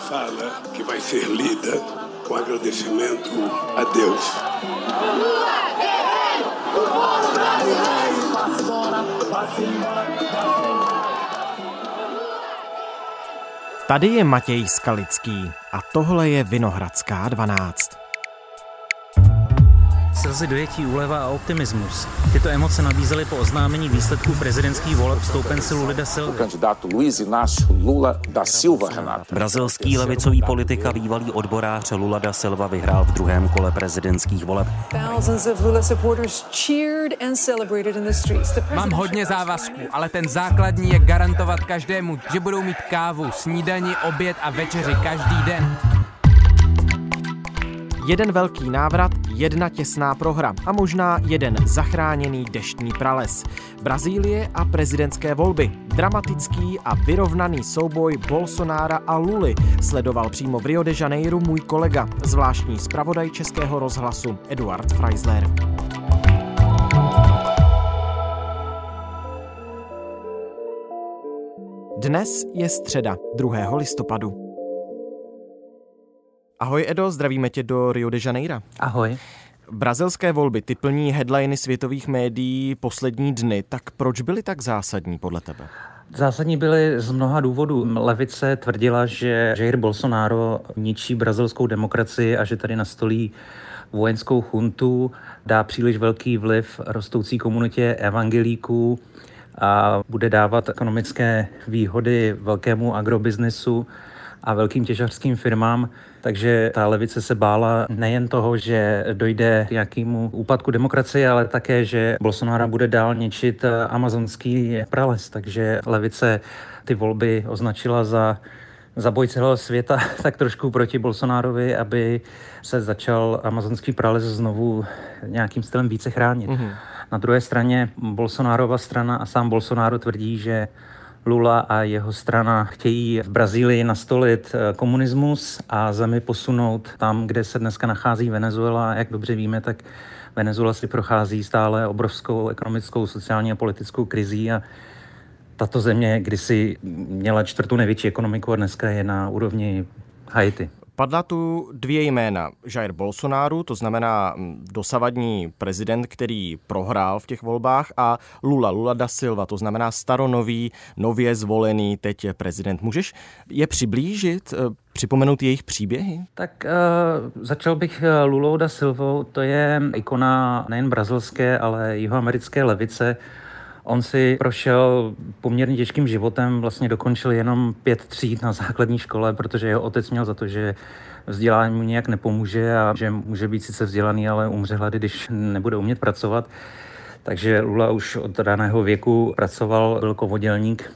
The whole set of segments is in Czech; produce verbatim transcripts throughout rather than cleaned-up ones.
fala que vai ser lida com agradecimento a Deus. Tady je Matěj Skalický a tohle je Vinohradská dvanáct. Slzy dojetí, úleva a optimismus. Tyto emoce nabízely po oznámení výsledků prezidentských voleb stoupenci Luly da Silvy. Kandidátu Luiz Inácio Lula da Silva, Renato. Brazilský levicový politik a bývalý odborář Lula da Silva vyhrál v druhém kole prezidentských voleb. Mám hodně závazků, ale ten základní je garantovat každému, že budou mít kávu, snídani, oběd a večeři každý den. Jeden velký návrat, jedna těsná prohra a možná jeden zachráněný deštný prales. Brazílie a prezidentské volby. Dramatický a vyrovnaný souboj Bolsonára a Luly sledoval přímo v Rio de Janeiro můj kolega, zvláštní zpravodaj Českého rozhlasu Eduard Freisler. Dnes je středa, druhého listopadu. Ahoj Edo, zdravíme tě do Rio de Janeiro. Ahoj. Brazilské volby, ty plní headliny světových médií poslední dny, tak proč byly tak zásadní podle tebe? Zásadní byly z mnoha důvodů. Levice tvrdila, že Jair Bolsonaro ničí brazilskou demokracii a že tady nastolí vojenskou chuntu, dá příliš velký vliv rostoucí komunitě evangelíků a bude dávat ekonomické výhody velkému agrobiznesu a velkým těžařským firmám, takže ta levice se bála nejen toho, že dojde k nějakému úpadku demokracie, ale také, že Bolsonaro bude dál ničit amazonský prales, takže levice ty volby označila za za boj celého světa, tak trošku proti Bolsonárovi, aby se začal amazonský prales znovu nějakým stylem více chránit. Mm-hmm. Na druhé straně Bolsonárova strana a sám Bolsonaro tvrdí, že Lula a jeho strana chtějí v Brazílii nastolit komunismus a zemi posunout tam, kde se dneska nachází Venezuela. Jak dobře víme, tak Venezuela si prochází stále obrovskou ekonomickou, sociální a politickou krizí a tato země kdysi měla čtvrtou největší ekonomiku a dneska je na úrovni Haiti. Padla tu dvě jména. Jair Bolsonaro, to znamená dosavadní prezident, který prohrál v těch volbách, a Lula, Lula da Silva, to znamená staronový, nově zvolený teď prezident. Můžeš je přiblížit, připomenout jejich příběhy? Tak uh, začal bych Lulou da Silvou, to je ikona nejen brazilské, ale jihoamerické levice. On si prošel poměrně těžkým životem, vlastně dokončil jenom pět tříd na základní škole, protože jeho otec měl za to, že vzdělání mu nějak nepomůže a že může být sice vzdělaný, ale umře hlady, když nebude umět pracovat. Takže Lula už od raného věku pracoval, byl kovodělník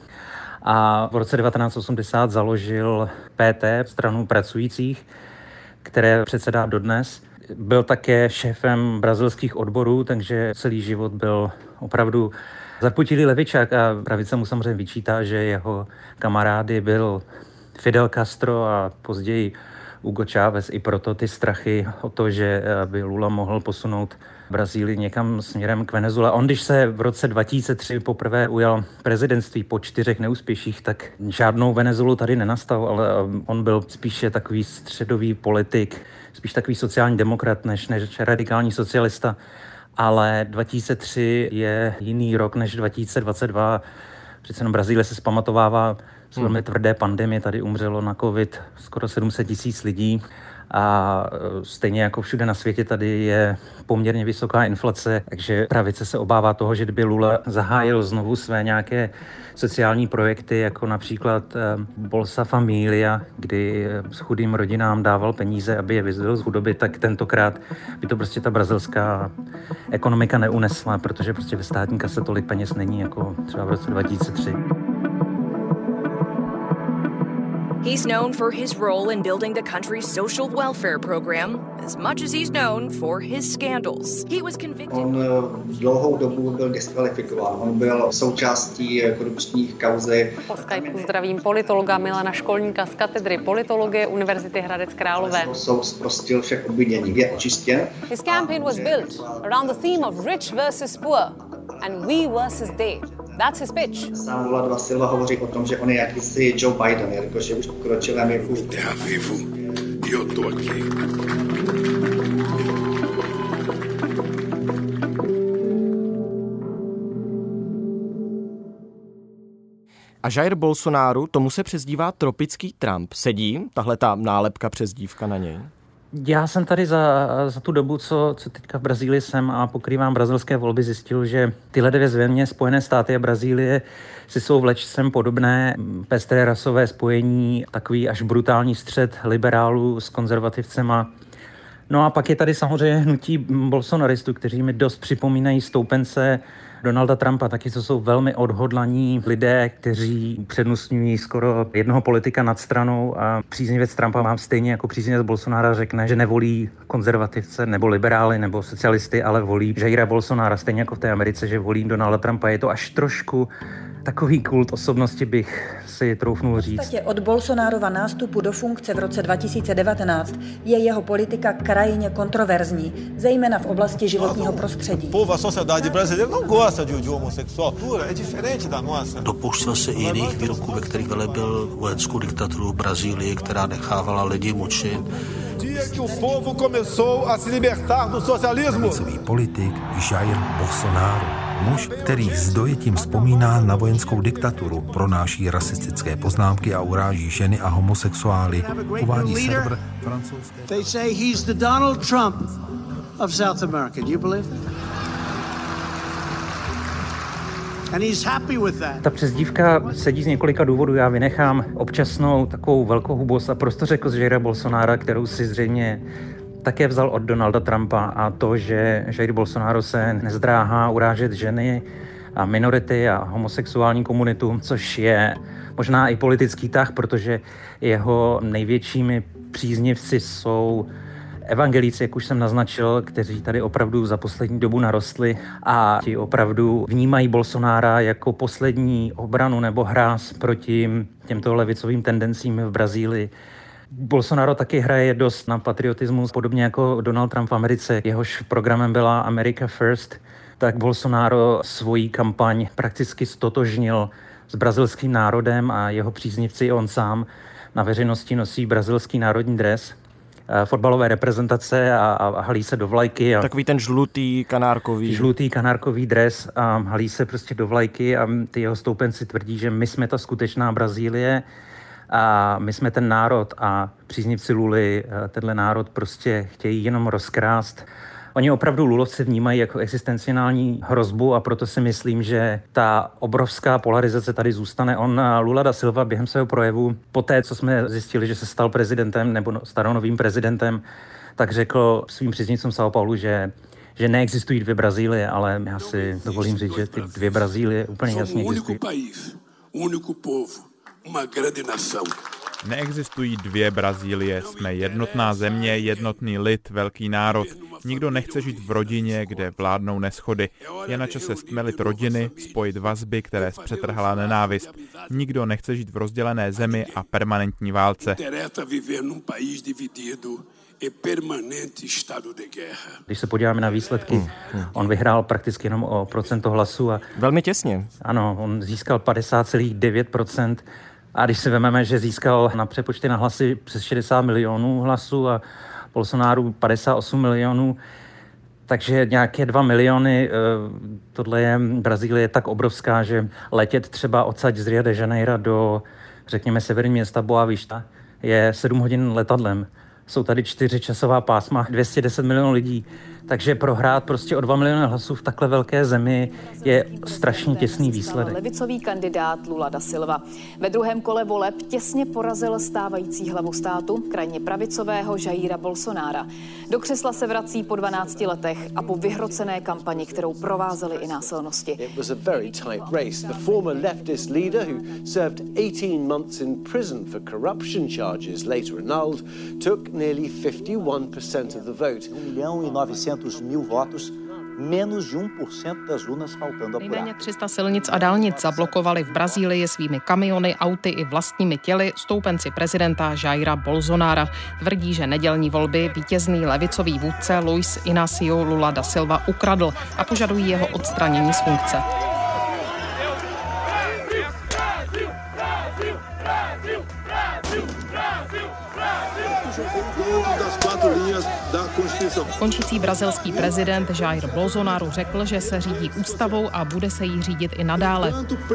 a v roce devatenáct osmdesát založil P T, stranu pracujících, které předsedá dodnes. Byl také šéfem brazilských odborů, takže celý život byl opravdu zaputilý levičák a pravice mu samozřejmě vyčítá, že jeho kamarády byl Fidel Castro a později Hugo Chávez, i proto ty strachy o to, že by Lula mohl posunout Brazílii někam směrem k Venezuele. On, když se v roce dva tisíce tři poprvé ujal prezidentství po čtyřech neúspěších, tak žádnou Venezuelu tady nenastal, ale on byl spíše takový středový politik, spíš takový sociální demokrat než, než radikální socialista. Ale dva tisíce tři je jiný rok než dva tisíce dvacet dva. Přece jenom Brazílie se zpamatovává z velmi tvrdé pandemie. Tady umřelo na covid skoro sedm set tisíc lidí. A stejně jako všude na světě tady je poměrně vysoká inflace, takže pravice se obává toho, že kdyby Lula zahájil znovu své nějaké sociální projekty, jako například Bolsa Familia, kdy s chudým rodinám dával peníze, aby je vyzvedl z chudoby, tak tentokrát by to prostě ta brazilská ekonomika neunesla, protože prostě ve státní kase tolik peněz není jako třeba v roce dva tisíce tři. He's known for his role in building the country's social welfare program as much as he's known for his scandals. He was convicted. On dlouhou dobu byl diskvalifikován. On byl součástí korupčních kauzy. Po Skypeu zdravím politologa Milana Školníka z katedry politologie Univerzity Hradec Králové. Soud zprostil všech obvinění. Je očištěn. His campaign was built around the theme of rich versus poor and we versus they. That's his pitch. Sám Lula da Silva hovoří o tom, že on je jakýsi Joe Biden, jelikož je už v pokročilém věku. Terra vivo e eu tô aqui. A Jair Bolsonaro, tomu se přezdívá tropický Trump. Sedí tahle ta nálepka přezdívka na něj? Já jsem tady za, za tu dobu, co, co teďka v Brazílii jsem a pokrývám brazilské volby, zjistil, že tyhle dvě země, Spojené státy a Brazílie, si jsou v lečcem podobné, pestré rasové spojení, takový až brutální střet liberálů s konzervativcema. No a pak je tady samozřejmě hnutí bolsonaristů, kteří mi dost připomínají stoupence Donalda Trumpa, taky to jsou velmi odhodlaní lidé, kteří přednostňují skoro jednoho politika nad stranou a příznivec Trumpa vám stejně jako příznivec Bolsonara řekne, že nevolí konzervativce nebo liberály nebo socialisty, ale volí Jaira Bolsonara, stejně jako v té Americe, že volí Donalda Trumpa. Je to až trošku takový kult osobnosti, bych si troufnul říct. V podstatě od Bolsonarova nástupu do funkce v roce dva tisíce devatenáct je jeho politika krajně kontroverzní, zejména v oblasti životního prostředí. A sociedade brasileira não gosta de homossexual. É diferente da nossa. Dopustil se i jiných výroků, ve kterých velebil vojenskou diktaturu Brazílii, která nechávala lidi mučit. Dia que o povo começou a se libertar do socialismo. Levicový politik Jair Bolsonaro. Muž, který s dojetím vzpomíná na vojenskou diktaturu, pronáší rasistické poznámky a uráží ženy a homosexuály, uvádí server francouzské. They say he's the Donald Trump of South America. Do you believe that? And he's happy with that. Ta přezdívka sedí z několika důvodů. Já vynechám občasnou takovou velkohubost a prostořekost Jaira Bolsonara, kterou si zřejmě také vzal od Donalda Trumpa, a to, že Jair Bolsonaro se nezdráhá urážet ženy a minority a homosexuální komunitu, což je možná i politický tah, protože jeho největšími příznivci jsou evangelíci, jak už jsem naznačil, kteří tady opravdu za poslední dobu narostli a ti opravdu vnímají Bolsonára jako poslední obranu nebo hráz proti těmto levicovým tendencím v Brazílii. Bolsonaro taky hraje dost na patriotismus, podobně jako Donald Trump v Americe. Jehož programem byla America First, tak Bolsonaro svoji kampaň prakticky stotožnil s brazilským národem a jeho příznivci, on sám na veřejnosti nosí brazilský národní dres, fotbalové reprezentace a, a halí se do vlajky. A takový ten žlutý kanárkový. Žlutý kanárkový dres a halí se prostě do vlajky a ty jeho stoupenci tvrdí, že my jsme ta skutečná Brazílie a my jsme ten národ a příznivci Luly tenhle národ prostě chtějí jenom rozkrást. Oni opravdu Lulovce vnímají jako existenciální hrozbu a proto si myslím, že ta obrovská polarizace tady zůstane. On, Lula da Silva, během svého projevu, poté, co jsme zjistili, že se stal prezidentem nebo staronovým prezidentem, tak řekl svým příznivcům São Paulo, že že neexistují dvě Brazílie, ale já si dovolím říct, že ty dvě Brazílie úplně jasně existují. Neexistují dvě Brazílie, jsme jednotná země, jednotný lid, velký národ. Nikdo nechce žít v rodině, kde vládnou neshody. Je na čase stmelit rodiny, spojit vazby, které zpřetrhla nenávist. Nikdo nechce žít v rozdělené zemi a permanentní válce. Když se podíváme na výsledky, hmm, hmm. on vyhrál prakticky jenom o procento hlasů. A velmi těsně. Ano, on získal padesát celá devět procent. A když si vezmeme, že získal na přepočty na hlasy přes šedesát milionů hlasů a Bolsonaro padesát osm milionů, takže nějaké dva miliony, tohle je, Brazílie je tak obrovská, že letět třeba odsaď z Rio de Janeiro do, řekněme, severní města Boa Vista je sedm hodin letadlem. Jsou tady čtyři časová pásma, dvě stě deset milionů lidí. Takže prohrát prostě o dva miliony hlasů v takhle velké zemi je strašně těsný výsledek. Levicový kandidát Lula da Silva ve druhém kole voleb těsně porazil stávající hlavu státu, krajně pravicového Jaira Bolsonára. Do křesla se vrací po dvanácti letech a po vyhrocené kampani, kterou provázely i násilnosti. It was a very tight race. The former leftist leader who served eighteen months in prison for corruption charges later annulled took nearly fifty-one percent of the vote. um milhão e novecentos mil votos, menos de um por cento das urnas faltando apurar. Nejméně tři sta silnic a dálnic zablokovali v Brazílii svými kamiony, auty i vlastními těly stoupenci prezidenta Jaira Bolsonára. Tvrdí, že nedělní volby vítězný levicový vůdce Luiz Inácio Lula da Silva ukradl a požadují jeho odstranění z funkce. Končící brazilský prezident Jair Bolsonaro řekl, že se řídí ústavou a bude se jí řídit i nadále.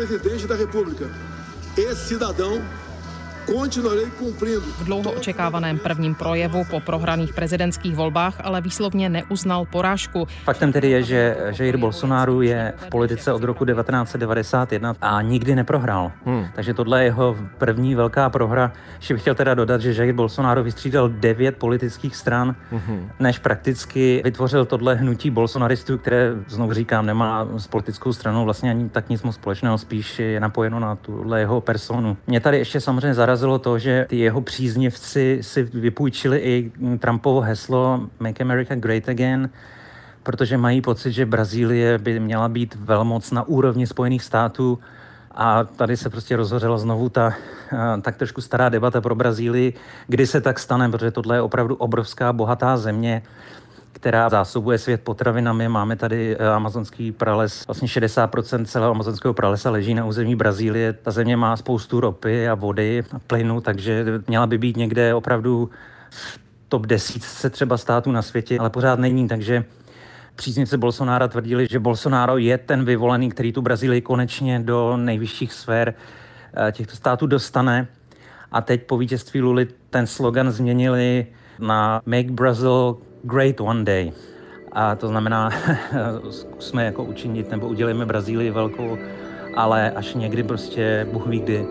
V dlouho očekávaném prvním projevu po prohraných prezidentských volbách ale výslovně neuznal porážku. Faktem tedy je, že Jair Bolsonaro je v politice od roku devatenáct set devadesát jedna a nikdy neprohrál. Hmm. Takže tohle je jeho první velká prohra. Ještě bych chtěl teda dodat, že Jair Bolsonaro vystřídal devět politických stran, hmm. než prakticky vytvořil tohle hnutí bolsonaristů, které, znovu říkám, nemá s politickou stranou vlastně ani tak nic moc společného, spíš je napojeno na tuhle jeho personu. Mě tady ještě samozřejmě zarazilo to, že ty jeho příznivci si vypůjčili i Trumpovo heslo Make America Great Again, protože mají pocit, že Brazílie by měla být velmoc na úrovni Spojených států a tady se prostě rozhořela znovu ta tak trošku stará debata pro Brazílii, kdy se tak stane, protože tohle je opravdu obrovská, bohatá země, která zásobuje svět potravinami. Máme tady amazonský prales, vlastně šedesát procent celého amazonského pralesa leží na území Brazílie. Ta země má spoustu ropy a vody a plynu, takže měla by být někde opravdu v top desítce třeba států na světě, ale pořád není, takže příznivci Bolsonára tvrdili, že Bolsonaro je ten vyvolený, který tu Brazílii konečně do nejvyšších sfér těchto států dostane. A teď po vítězství Luly ten slogan změnili na Make Brazil Great One Day. A to znamená, zkusme jako učinit nebo udělejme Brazílii velkou, ale až někdy prostě Bůh ví kdy.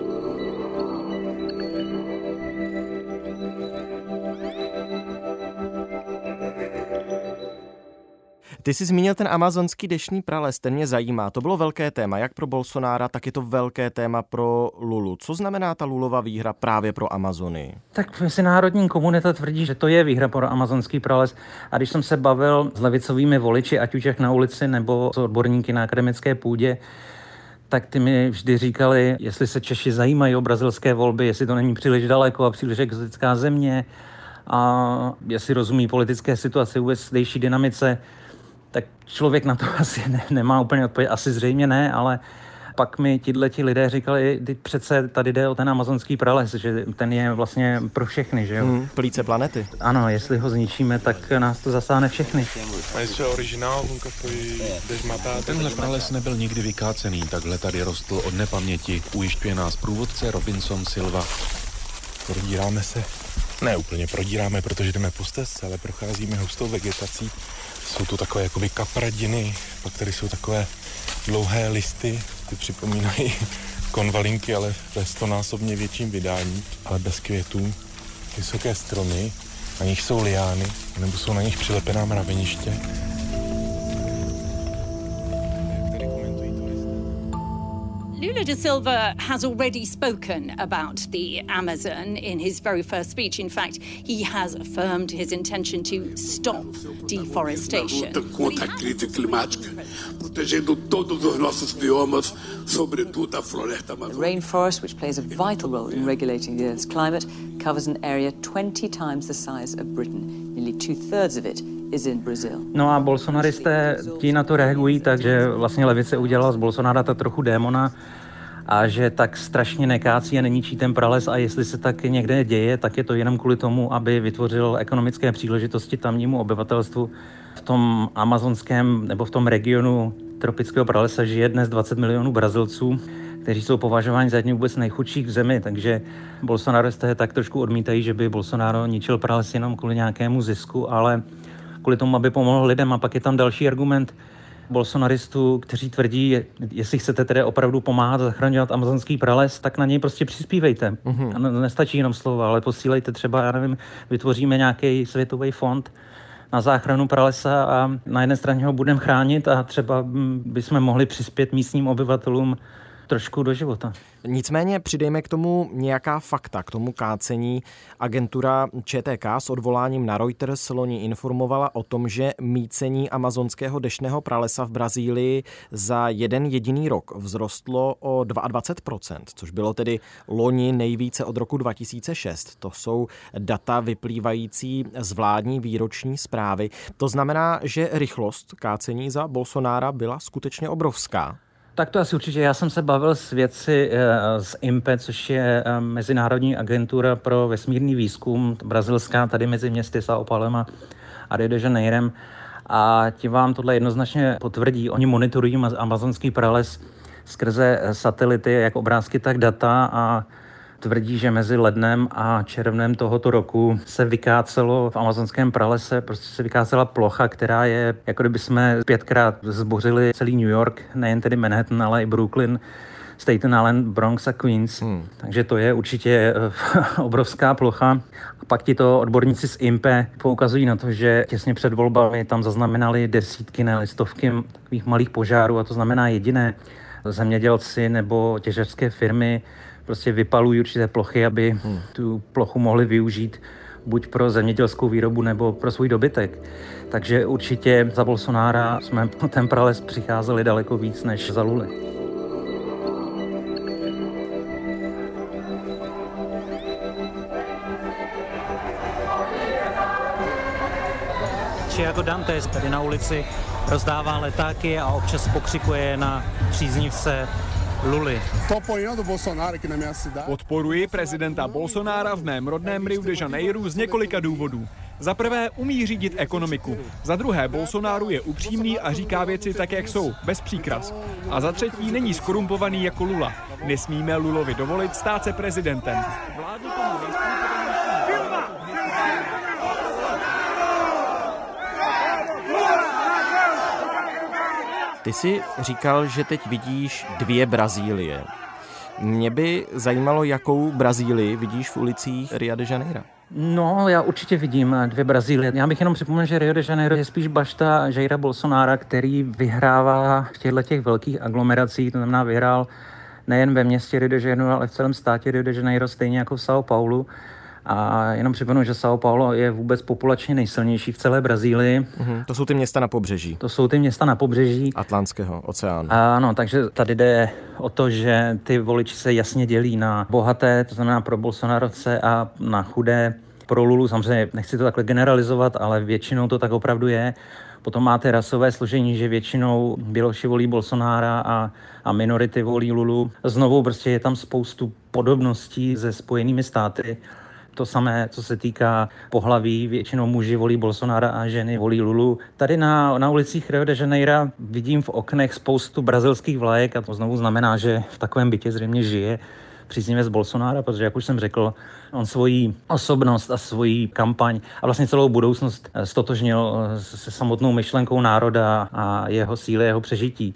Ty jsi zmínil ten amazonský deštný prales, ten mě zajímá. To bylo velké téma, jak pro Bolsonára, tak je to velké téma pro Lulu. Co znamená ta Lulova výhra právě pro Amazonii? Tak mezinárodní komunita tvrdí, že to je výhra pro amazonský prales. A když jsem se bavil s levicovými voliči, ať už jak na ulici nebo s odborníky na akademické půdě, tak ty mi vždy říkali, jestli se Češi zajímají o brazilské volby, jestli to není příliš daleko a příliš exotická země a jestli rozumí politické situaci, vůbec zdejší dynamice. Tak člověk na to asi ne, nemá úplně odpověď, asi zřejmě ne, ale pak mi tihleti lidé říkali, ty přece tady jde o ten amazonský prales, že ten je vlastně pro všechny, že jo? Hmm, plíce planety. Ano, jestli ho zničíme, tak nás to zasáhne všechny. Tenhle prales nebyl nikdy vykácený, takhle tady rostl od nepaměti, ujišťuje nás průvodce Robinson Silva. Prodíráme se, ne úplně prodíráme, protože jdeme po stezce, ale procházíme hustou vegetací. Jsou tu takové jakoby kapradiny, pak tady jsou takové dlouhé listy, ty připomínají konvalinky, ale ve stonásobně větším vydání, ale bez květů. Vysoké stromy, na nich jsou liány, nebo jsou na nich přilepená mraveniště. Lula da Silva has already spoken about the Amazon in his very first speech. In fact, he has affirmed his intention to stop deforestation. Contra a crise climática, protegendo todos os nossos biomas, sobretudo a floresta amazônica. The rainforest, which plays a vital role in regulating the Earth's climate, covers an area twenty times the size of Britain. Nearly two-thirds of it is in Brazil. No a bolsonaristé ti na to reagují, takže vlastně levice udělala z Bolsonára tak trochu démona a že tak strašně nekácí a neníčí ten prales a jestli se tak někde děje, tak je to jenom kvůli tomu, aby vytvořil ekonomické příležitosti tamnímu obyvatelstvu. V tom amazonském nebo v tom regionu tropického pralesa žije dnes dvacet milionů Brazilců, kteří jsou považováni za jedni vůbec nejchudších v zemi, takže bolsonaristé tak trošku odmítají, že by Bolsonaro ničil prales jenom kvůli nějakému zisku, ale kvůli tomu, aby pomohl lidem. A pak je tam další argument bolsonaristů, kteří tvrdí, jestli chcete tedy opravdu pomáhat zachraňovat amazonský prales, tak na něj prostě přispívejte. Mm-hmm. A nestačí jenom slova, ale posílejte třeba, já nevím, vytvoříme nějaký světový fond na záchranu pralesa a na jedné straně ho budeme chránit a třeba bychom mohli přispět místním obyvatelům trošku do života. Nicméně přidejme k tomu nějaká fakta, k tomu kácení. Agentura Č T K s odvoláním na Reuters loni informovala o tom, že mícení amazonského deštného pralesa v Brazílii za jeden jediný rok vzrostlo o dvacet dva procent, což bylo tedy loni nejvíce od roku dva tisíce šest. To jsou data vyplývající z vládní výroční zprávy. To znamená, že rychlost kácení za Bolsonára byla skutečně obrovská. Tak to asi určitě. Já jsem se bavil s vědci z I N P E, což je Mezinárodní agentura pro vesmírný výzkum, brazilská, tady mezi městy São Paulo a a Rio de Janeirem. A ti vám tohle jednoznačně potvrdí. Oni monitorují amazonský prales skrze satelity, jak obrázky, tak data a tvrdí, že mezi lednem a červnem tohoto roku se vykácelo v amazonském pralese, prostě se vykácela plocha, která je, jako kdyby jsme pětkrát zbořili celý New York, nejen tedy Manhattan, ale i Brooklyn, Staten Island, Bronx a Queens. Hmm. Takže to je určitě obrovská plocha. A pak ti to odborníci z I N P E poukazují na to, že těsně před volbami tam zaznamenali desítky, ne stovky takových malých požárů, a to znamená jediné. Zemědělci nebo těžařské firmy prostě vypalují určité plochy, aby hmm. tu plochu mohli využít buď pro zemědělskou výrobu nebo pro svůj dobytek. Takže určitě za Bolsonára jsme ten prales přicházeli daleko víc než za Luly. Jako Dantes tady na ulici rozdává letáky a občas pokřikuje na příznivce Luly. Podporuji prezidenta Bolsonára v mém rodném Rio de Janeiro z několika důvodů. Za prvé umí řídit ekonomiku. Za druhé, Bolsonaro je upřímný a říká věci tak, jak jsou, bez příkras. A za třetí, není skorumpovaný jako Lula. Nesmíme Lulovi dovolit stát se prezidentem. Vládnu tomu Ty jsi říkal, že teď vidíš dvě Brazílie. Mě by zajímalo, jakou Brazílii vidíš v ulicích Ria de Janeiro. No, já určitě vidím dvě Brazílie. Já bych jenom připomenul, že Rio de Janeiro je spíš bašta Jaira Bolsonára, který vyhrává v těchto těch velkých aglomeracích, to znamená vyhrál nejen ve městě Rio de Janeiro, ale v celém státě Rio de Janeiro, stejně jako v São Paulo. A jenom připomenu, že São Paulo je vůbec populačně nejsilnější v celé Brazílii. Mm-hmm. To jsou ty města na pobřeží. To jsou ty města na pobřeží Atlantského oceánu. Ano, takže tady jde o to, že ty voliči se jasně dělí na bohaté, to znamená pro Bolsonarovce, a na chudé pro Lulu. Samozřejmě nechci to takhle generalizovat, ale většinou to tak opravdu je. Potom máte rasové složení, že většinou Běloši volí Bolsonára a, a minority volí Lulu. Znovu prostě je tam spoustu podobností se Spojenými státy. To samé, co se týká pohlaví, většinou muži volí Bolsonára a ženy volí Lulu. Tady na, na ulicích Rio de Janeiro vidím v oknech spoustu brazilských vlajek a to znovu znamená, že v takovém bytě zřejmě žije příznivec Bolsonára, protože, jak už jsem řekl, on svoji osobnost a svoji kampaň a vlastně celou budoucnost stotožnil se samotnou myšlenkou národa a jeho síly, jeho přežití.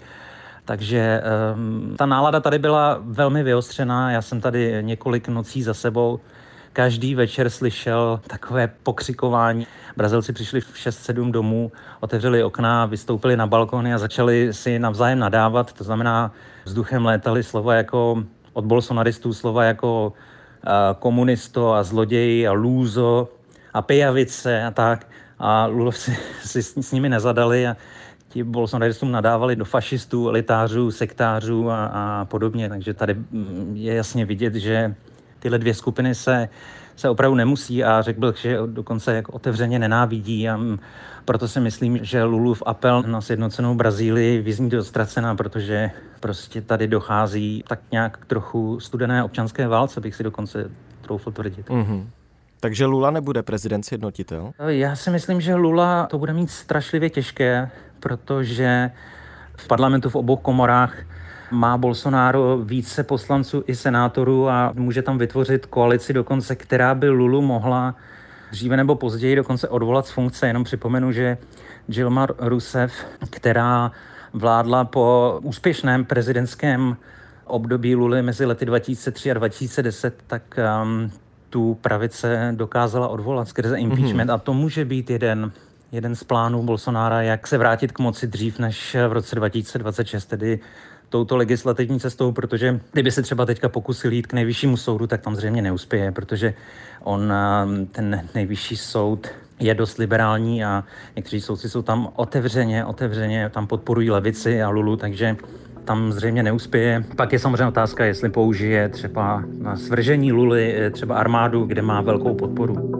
Takže um, ta nálada tady byla velmi vyostřená. Já jsem tady několik nocí za sebou každý večer slyšel takové pokřikování. Brazilci přišli v šest sedm domů, otevřeli okna, vystoupili na balkony a začali si navzájem nadávat. To znamená, vzduchem létaly slova jako od bolsonaristů, slova jako uh, komunisto a zloději a lůzo a pijavice a tak. A Lulovci si s, s nimi nezadali a ti bolsonaristům nadávali do fašistů, elitářů, sektářů a, a podobně. Takže tady je jasně vidět, že tyhle dvě skupiny se, se opravdu nemusí a řekl bych, že dokonce jak otevřeně nenávidí a proto si myslím, že Lulův apel na sjednocenou Brazílii vyzní dost ztracená, protože prostě tady dochází tak nějak k trochu studené občanské válce, bych si dokonce troufl tvrdit. Mm-hmm. Takže Lula nebude prezident sjednotitel? Já si myslím, že Lula to bude mít strašlivě těžké, protože v parlamentu v obou komorách má Bolsonaro více poslanců i senátorů a může tam vytvořit koalici dokonce, která by Lulu mohla dříve nebo později dokonce odvolat z funkce. Jenom připomenu, že Dilma Rousseff, která vládla po úspěšném prezidentském období Luly mezi lety dva tisíce tři a dva tisíce deset, tak um, tu pravice dokázala odvolat skrze impeachment. Mm-hmm. A to může být jeden, jeden z plánů Bolsonára, jak se vrátit k moci dřív než v roce dva tisíce dvacet šest, tedy touto legislativní cestou, protože kdyby se třeba teďka pokusil jít k nejvyššímu soudu, tak tam zřejmě neuspěje, protože on, ten nejvyšší soud je dost liberální a někteří soudci jsou tam otevřeně, otevřeně tam podporují levici a Lulu, takže tam zřejmě neuspěje. Pak je samozřejmě otázka, jestli použije třeba na svržení Luly třeba armádu, kde má velkou podporu.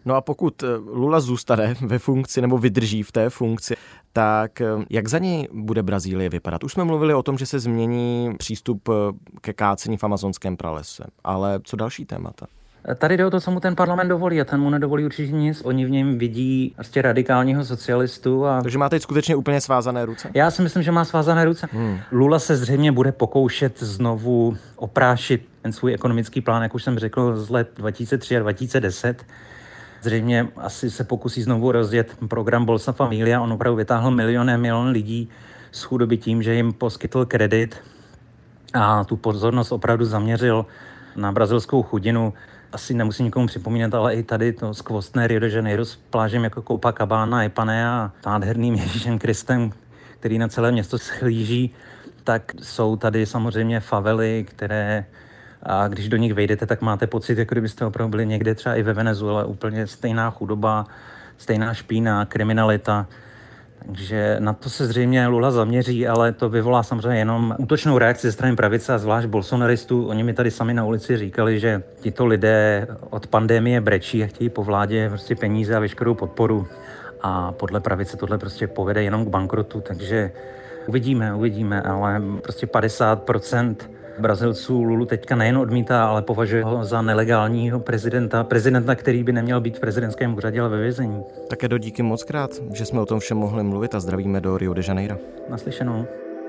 No a pokud Lula zůstane ve funkci nebo vydrží v té funkci, tak jak za něj bude Brazílie vypadat? Už jsme mluvili o tom, že se změní přístup ke kácení v amazonském pralese, ale co další témata? Tady jde o to, co mu ten parlament dovolí a ten mu nedovolí určitě nic. Oni v něm vidí prostě radikálního socialistu. A... Takže má teď skutečně úplně svázané ruce? Já si myslím, že má svázané ruce. Hmm. Lula se zřejmě bude pokoušet znovu oprášit ten svůj ekonomický plán, jak už jsem řekl, z let dva tisíce tři a dva tisíce deset. Zřejmě asi se pokusí znovu rozjet program Bolsa Familia. On opravdu vytáhl miliony milion lidí z chudoby tím, že jim poskytl kredit a tu pozornost opravdu zaměřil na brazilskou chudinu. Asi nemusím nikomu připomínat, ale i tady to skvostné Rio de Janeiro s plážem jako Copacabana, Ipanema a nádherným Ježíšem Kristem, který na celé město schlíží, tak jsou tady samozřejmě favely, které, a když do nich vejdete, tak máte pocit, jako kdybyste opravdu byli někde třeba i ve Venezuele, úplně stejná chudoba, stejná špína, kriminalita. Takže na to se zřejmě Lula zaměří, ale to vyvolá samozřejmě jenom útočnou reakci ze strany pravice a zvlášť bolsonaristů. Oni mi tady sami na ulici říkali, že tito lidé od pandemie brečí a chtějí po vládě prostě peníze a veškerou podporu. A podle pravice tohle prostě povede jenom k bankrotu, takže uvidíme, uvidíme, ale prostě padesát procent Brazilců Lulu teďka nejen odmítá, ale považuje ho za nelegálního prezidenta, prezidenta, který by neměl být v prezidentském úřadě, ale ve vězení. Také do díky moc krát, že jsme o tom všem mohli mluvit a zdravíme do Rio de Janeiro. Naslyšenou.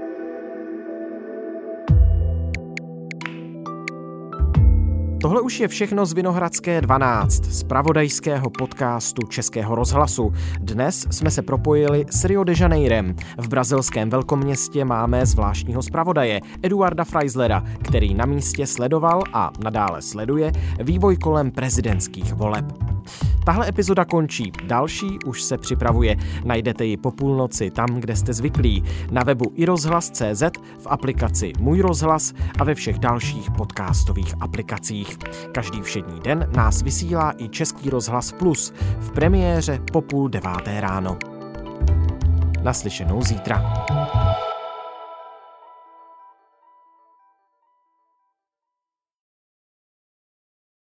Tohle už je všechno z Vinohradské dvanáct, z zpravodajského podcastu Českého rozhlasu. Dnes jsme se propojili s Rio de Janeirem. V brazilském velkoměstě máme zvláštního zpravodaje Eduarda Freislera, který na místě sledoval a nadále sleduje vývoj kolem prezidentských voleb. Tahle epizoda končí, další už se připravuje. Najdete ji po půlnoci tam, kde jste zvyklí. Na webu i rozhlas tečka cé zet, v aplikaci Můj rozhlas a ve všech dalších podcastových aplikacích. Každý všední den nás vysílá i Český rozhlas Plus v premiéře po půl deváté ráno. Naslyšenou zítra.